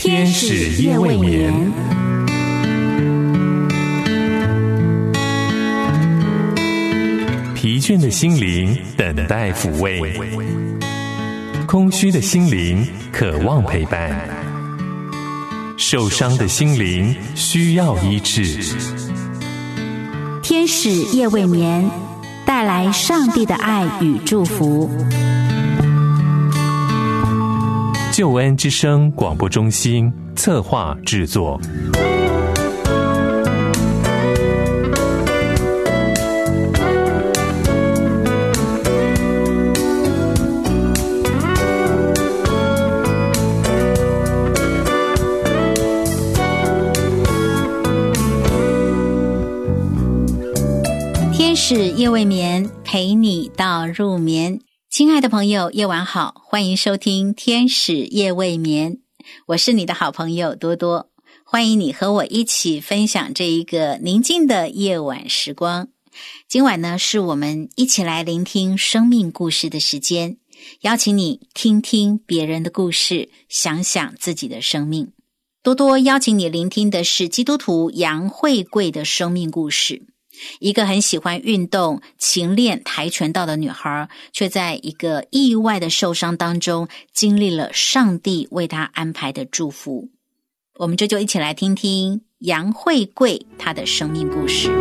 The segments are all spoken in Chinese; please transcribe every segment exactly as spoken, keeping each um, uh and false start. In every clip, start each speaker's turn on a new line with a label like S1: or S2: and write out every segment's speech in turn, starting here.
S1: 天使夜未眠，疲倦的心灵等待抚慰，空虚的心灵渴望陪伴，受伤的心灵需要医治。
S2: 天使夜未眠，带来上帝的爱与祝福。
S1: 救恩之声广播中心策划制作。
S2: 天使夜未眠，陪你到入眠。亲爱的朋友，夜晚好，欢迎收听天使夜未眠，我是你的好朋友多多，欢迎你和我一起分享这一个宁静的夜晚时光。今晚呢，是我们一起来聆听生命故事的时间，邀请你听听别人的故事，想想自己的生命。多多邀请你聆听的是基督徒杨慧贵的生命故事。一个很喜欢运动、勤练跆拳道的女孩，却在一个意外的受伤当中，经历了上帝为她安排的祝福。我们这就一起来听听杨慧贵她的生命故事。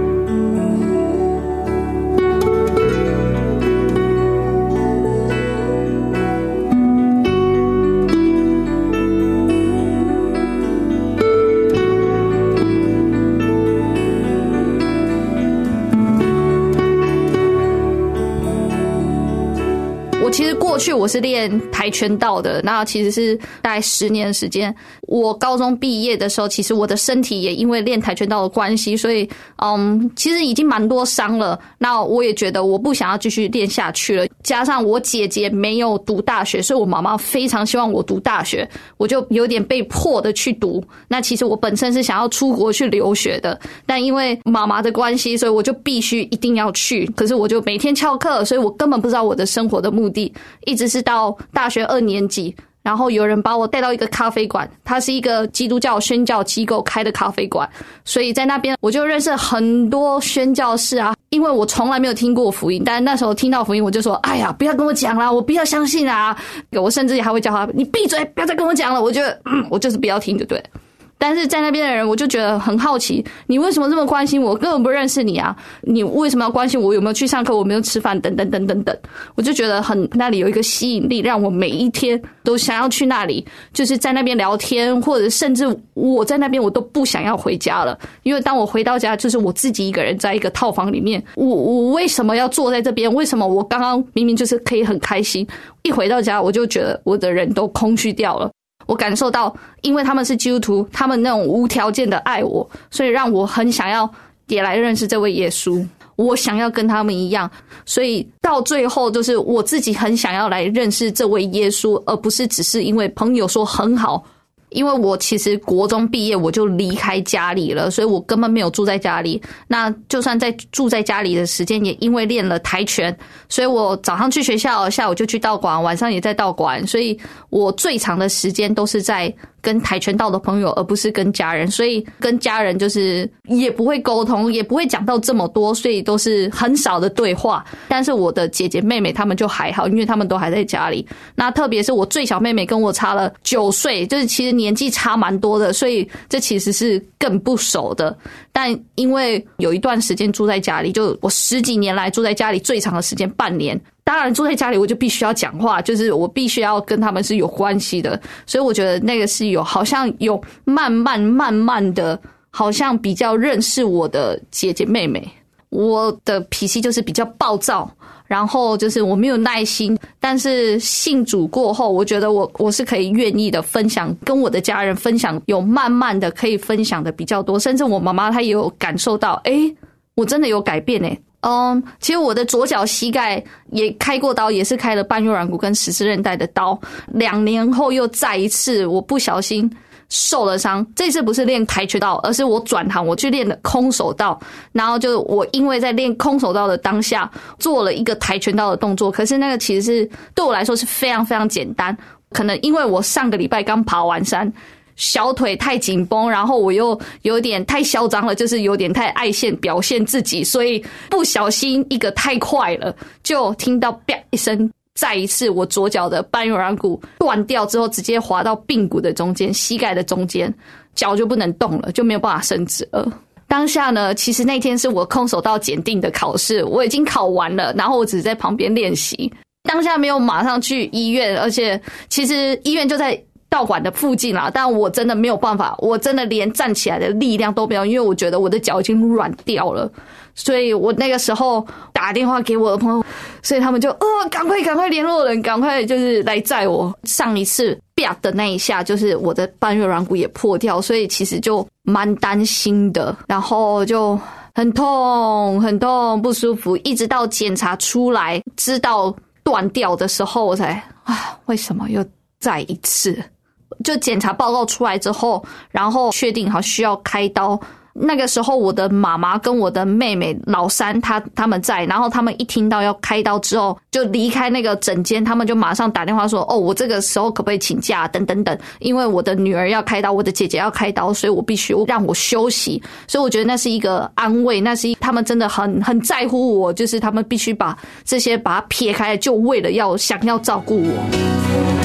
S3: 其实过去我是练跆拳道的，那其实是大概十年的时间。我高中毕业的时候，其实我的身体也因为练跆拳道的关系，所以嗯，其实已经蛮多伤了。那我也觉得我不想要继续练下去了。加上我姐姐没有读大学，所以我妈妈非常希望我读大学，我就有点被迫的去读。那其实我本身是想要出国去留学的，但因为妈妈的关系，所以我就必须一定要去。可是我就每天翘课，所以我根本不知道我的生活的目的。一直是到大学二年级，然后有人把我带到一个咖啡馆，它是一个基督教宣教机构开的咖啡馆，所以在那边我就认识很多宣教士啊。因为我从来没有听过福音，但那时候听到福音我就说，哎呀，不要跟我讲啦，我不要相信啊。我甚至还会叫他，你闭嘴，不要再跟我讲了。我觉得嗯，我就是不要听就对了。但是在那边的人，我就觉得很好奇，你为什么这么关心我？根本不认识你啊！你为什么要关心我有没有去上课，我有没有吃饭，等等等等等。我就觉得很那里有一个吸引力，让我每一天都想要去那里，就是在那边聊天，或者甚至我在那边我都不想要回家了，因为当我回到家，就是我自己一个人在一个套房里面，我我为什么要坐在这边？为什么我刚刚明明就是可以很开心，一回到家我就觉得我的人都空虚掉了。我感受到，因为他们是基督徒，他们那种无条件的爱我，所以让我很想要也来认识这位耶稣。我想要跟他们一样，所以到最后就是我自己很想要来认识这位耶稣，而不是只是因为朋友说很好。因为我其实国中毕业我就离开家里了，所以我根本没有住在家里。那就算在住在家里的时间，也因为练了跆拳，所以我早上去学校，下午就去道馆，晚上也在道馆，所以我最长的时间都是在跟跆拳道的朋友，而不是跟家人。所以跟家人就是也不会沟通，也不会讲到这么多，所以都是很少的对话。但是我的姐姐妹妹他们就还好，因为他们都还在家里。那特别是我最小妹妹跟我差了九岁，就是其实年纪差蛮多的，所以这其实是更不熟的。但因为有一段时间住在家里，就我十几年来住在家里最长的时间半年，当然住在家里我就必须要讲话，就是我必须要跟他们是有关系的，所以我觉得那个是有好像有慢慢慢慢的好像比较认识我的姐姐妹妹。我的脾气就是比较暴躁，然后就是我没有耐心，但是信主过后，我觉得我我是可以愿意的分享，跟我的家人分享，有慢慢的可以分享的比较多，甚至我妈妈她也有感受到，诶，我真的有改变诶。嗯，其实我的左脚膝盖也开过刀，也是开了半月软骨跟十字韧带的刀，两年后又再一次我不小心受了伤，这次不是练跆拳道，而是我转行我去练了空手道，然后就我因为在练空手道的当下做了一个跆拳道的动作，可是那个其实是对我来说是非常非常简单， 可能因为我上个礼拜刚爬完山，小腿太紧绷，然后我又有点太嚣张了，就是有点太爱现表现自己，所以不小心一个太快了，就听到啪一声，再一次我左脚的半月软骨断掉之后，直接滑到髌骨的中间，膝盖的中间，脚就不能动了，就没有办法伸直了。当下呢，其实那天是我空手道检定的考试，我已经考完了，然后我只是在旁边练习。当下没有马上去医院，而且其实医院就在道馆的附近啦，但我真的没有办法，我真的连站起来的力量都没有，因为我觉得我的脚已经软掉了，所以我那个时候打电话给我的朋友，所以他们就呃赶快赶快联络人，赶快就是来载我。上一次啪的那一下，就是我的半月软骨也破掉，所以其实就蛮担心的，然后就很痛很痛不舒服，一直到检查出来知道断掉的时候，我才啊，为什么又再一次？就检查报告出来之后，然后确定好需要开刀。那个时候我的妈妈跟我的妹妹老三她他们在，然后他们一听到要开刀之后就离开那个诊间，他们就马上打电话说，哦，我这个时候可不可以请假等等等，因为我的女儿要开刀，我的姐姐要开刀，所以我必须让我休息。所以我觉得那是一个安慰，那是一他们真的很很在乎我，就是他们必须把这些把它撇开，就为了要想要照顾我。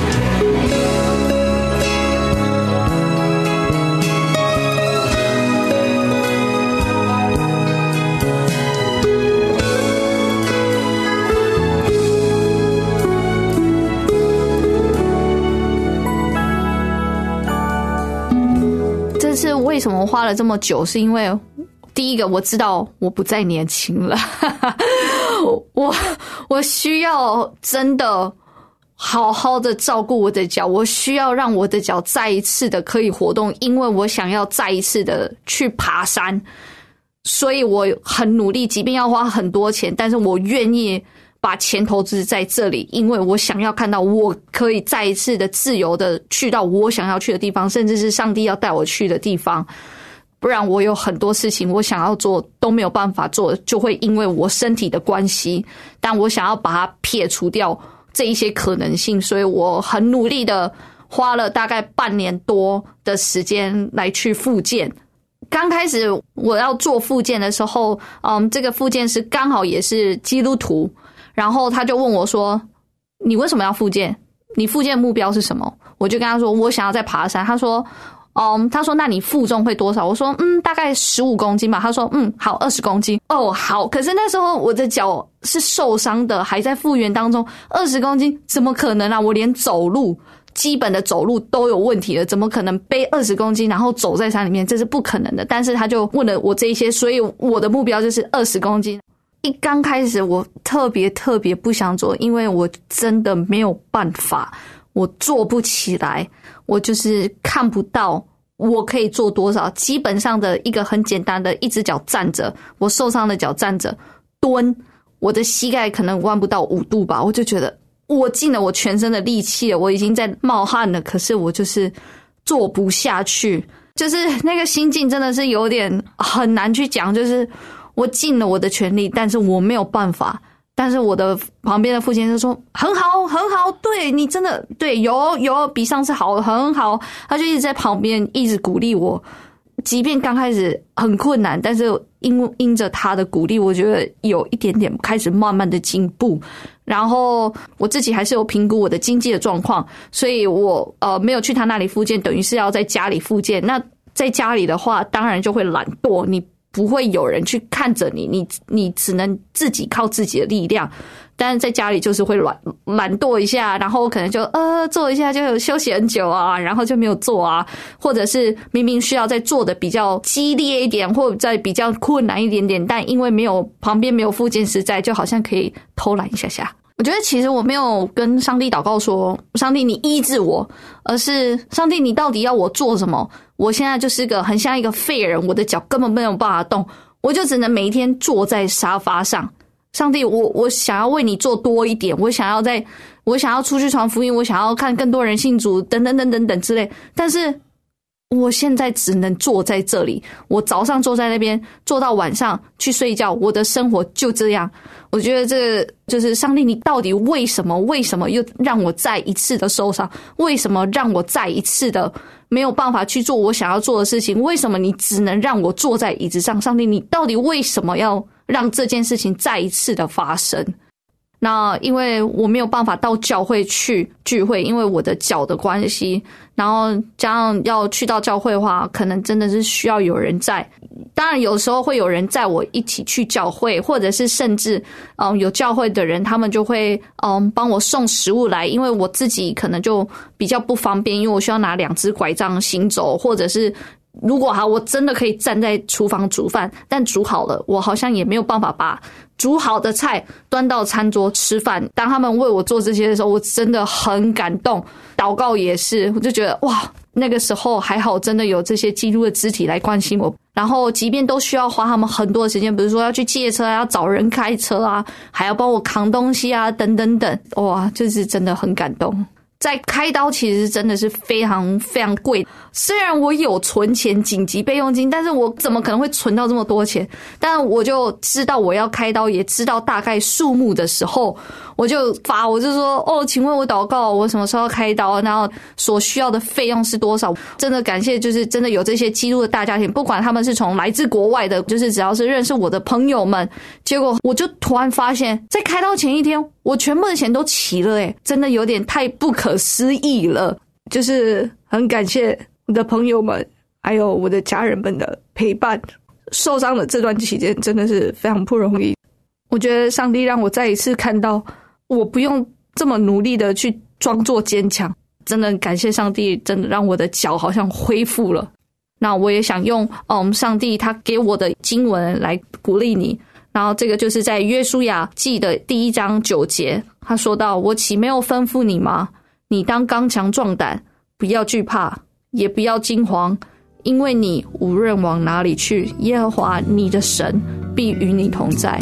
S3: 这次为什么花了这么久，是因为第一个我知道我不再年轻了我我需要真的好好的照顾我的脚，我需要让我的脚再一次的可以活动，因为我想要再一次的去爬山，所以我很努力，即便要花很多钱，但是我愿意把钱投资在这里，因为我想要看到我可以再一次的自由的去到我想要去的地方，甚至是上帝要带我去的地方。不然我有很多事情我想要做都没有办法做，就会因为我身体的关系，但我想要把它撇除掉这一些可能性，所以我很努力的花了大概半年多的时间来去复健。刚开始我要做复健的时候，嗯，这个复健师刚好也是基督徒，然后他就问我说，你为什么要复健？你复健目标是什么？我就跟他说，我想要再爬山。他说，嗯，他说那你负重会多少？我说，嗯，大概十五公斤吧。他说，嗯，好，二十公斤。哦，好。可是那时候我的脚是受伤的，还在复原当中，二十公斤怎么可能啊？我连走路基本的走路都有问题了，怎么可能背二十公斤然后走在山里面？这是不可能的。但是他就问了我这一些，所以我的目标就是二十公斤。一刚开始我特别特别不想做，因为我真的没有办法，我做不起来，我就是看不到我可以做多少。基本上的一个很简单的，一只脚站着，我受伤的脚站着蹲，我的膝盖可能弯不到五度吧，我就觉得我尽了我全身的力气了，我已经在冒汗了，可是我就是做不下去，就是那个心境真的是有点很难去讲，就是我尽了我的全力，但是我没有办法。但是我的旁边的父亲就说很好很好，对，你真的对，有有比上次好，很好。他就一直在旁边一直鼓励我，即便刚开始很困难，但是因因着他的鼓励，我觉得有一点点开始慢慢的进步。然后我自己还是有评估我的经济的状况，所以我呃没有去他那里复健，等于是要在家里复健。那在家里的话，当然就会懒惰，你不会有人去看着你，你你只能自己靠自己的力量。但是在家里就是会懒懒惰一下，然后可能就呃做一下就有休息很久啊，然后就没有做啊，或者是明明需要再做的比较激烈一点，或者再比较困难一点点，但因为没有旁边没有复健师在，就好像可以偷懒一下下。我觉得其实我没有跟上帝祷告说上帝你医治我，而是上帝你到底要我做什么？我现在就是个很像一个废人，我的脚根本没有办法动，我就只能每一天坐在沙发上。上帝，我我想要为你做多一点，我想要在我想要出去传福音，我想要看更多人信主等等等等等之类，但是我现在只能坐在这里，我早上坐在那边，坐到晚上去睡觉，我的生活就这样。我觉得这个就是上帝，你到底为什么为什么又让我再一次的受伤？为什么让我再一次的没有办法去做我想要做的事情？为什么你只能让我坐在椅子上？上帝，你到底为什么要让这件事情再一次的发生？那因为我没有办法到教会去聚会，因为我的脚的关系，然后加上要去到教会的话，可能真的是需要有人在。当然有时候会有人载我一起去教会，或者是甚至嗯有教会的人他们就会嗯帮我送食物来，因为我自己可能就比较不方便，因为我需要拿两只拐杖行走，或者是如果好我真的可以站在厨房煮饭，但煮好了我好像也没有办法把煮好的菜端到餐桌吃饭。当他们为我做这些的时候，我真的很感动，祷告也是，我就觉得哇，那个时候还好真的有这些基督的肢体来关心我。然后即便都需要花他们很多的时间，比如说要去借车啊，要找人开车啊，还要帮我扛东西啊，等等等，哇，就是真的很感动。在开刀其实真的是非常非常贵，虽然我有存钱紧急备用金，但是我怎么可能会存到这么多钱？但我就知道我要开刀，也知道大概数目的时候，我就发我就说哦，请问我祷告我什么时候要开刀，然后所需要的费用是多少？真的感谢就是真的有这些基督的大家庭，不管他们是从来自国外的，就是只要是认识我的朋友们，结果我就突然发现在开刀前一天我全部的钱都齐了，诶，真的有点太不可思议了。就是很感谢我的朋友们还有我的家人们的陪伴，受伤的这段期间真的是非常不容易。我觉得上帝让我再一次看到我不用这么努力的去装作坚强，真的感谢上帝，真的让我的脚好像恢复了。那我也想用嗯上帝他给我的经文来鼓励你，然后这个就是在约书亚记的第一章九节，他说到，我岂没有吩咐你吗？你当刚强壮胆，不要惧怕，也不要惊惶，因为你无论往哪里去，耶和华你的神必与你同在。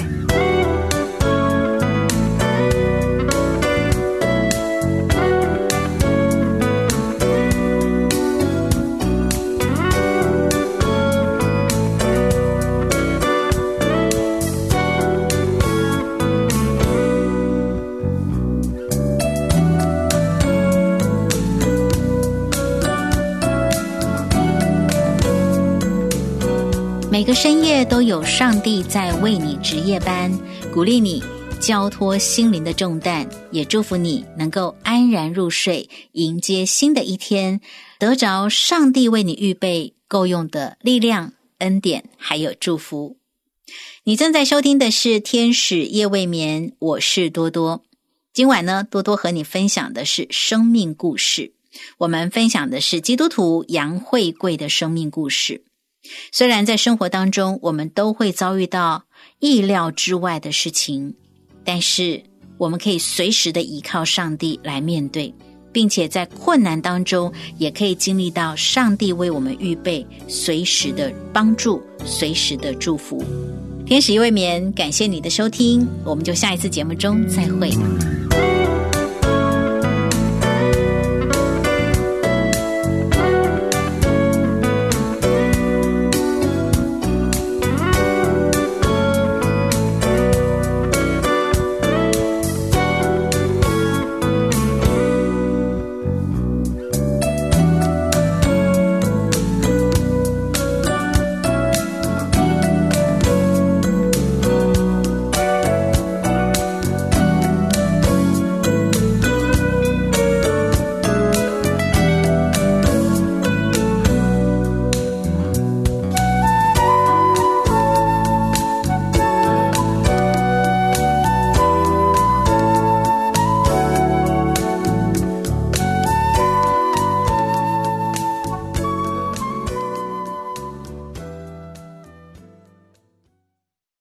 S2: 每个深夜都有上帝在为你值夜班，鼓励你交托心灵的重担，也祝福你能够安然入睡，迎接新的一天，得着上帝为你预备够用的力量、恩典还有祝福。你正在收听的是天使夜未眠，我是多多。今晚呢，多多和你分享的是生命故事，我们分享的是基督徒杨慧贵的生命故事。虽然在生活当中我们都会遭遇到意料之外的事情，但是我们可以随时的依靠上帝来面对，并且在困难当中也可以经历到上帝为我们预备随时的帮助，随时的祝福。天使夜未眠，感谢你的收听，我们就下一次节目中再会。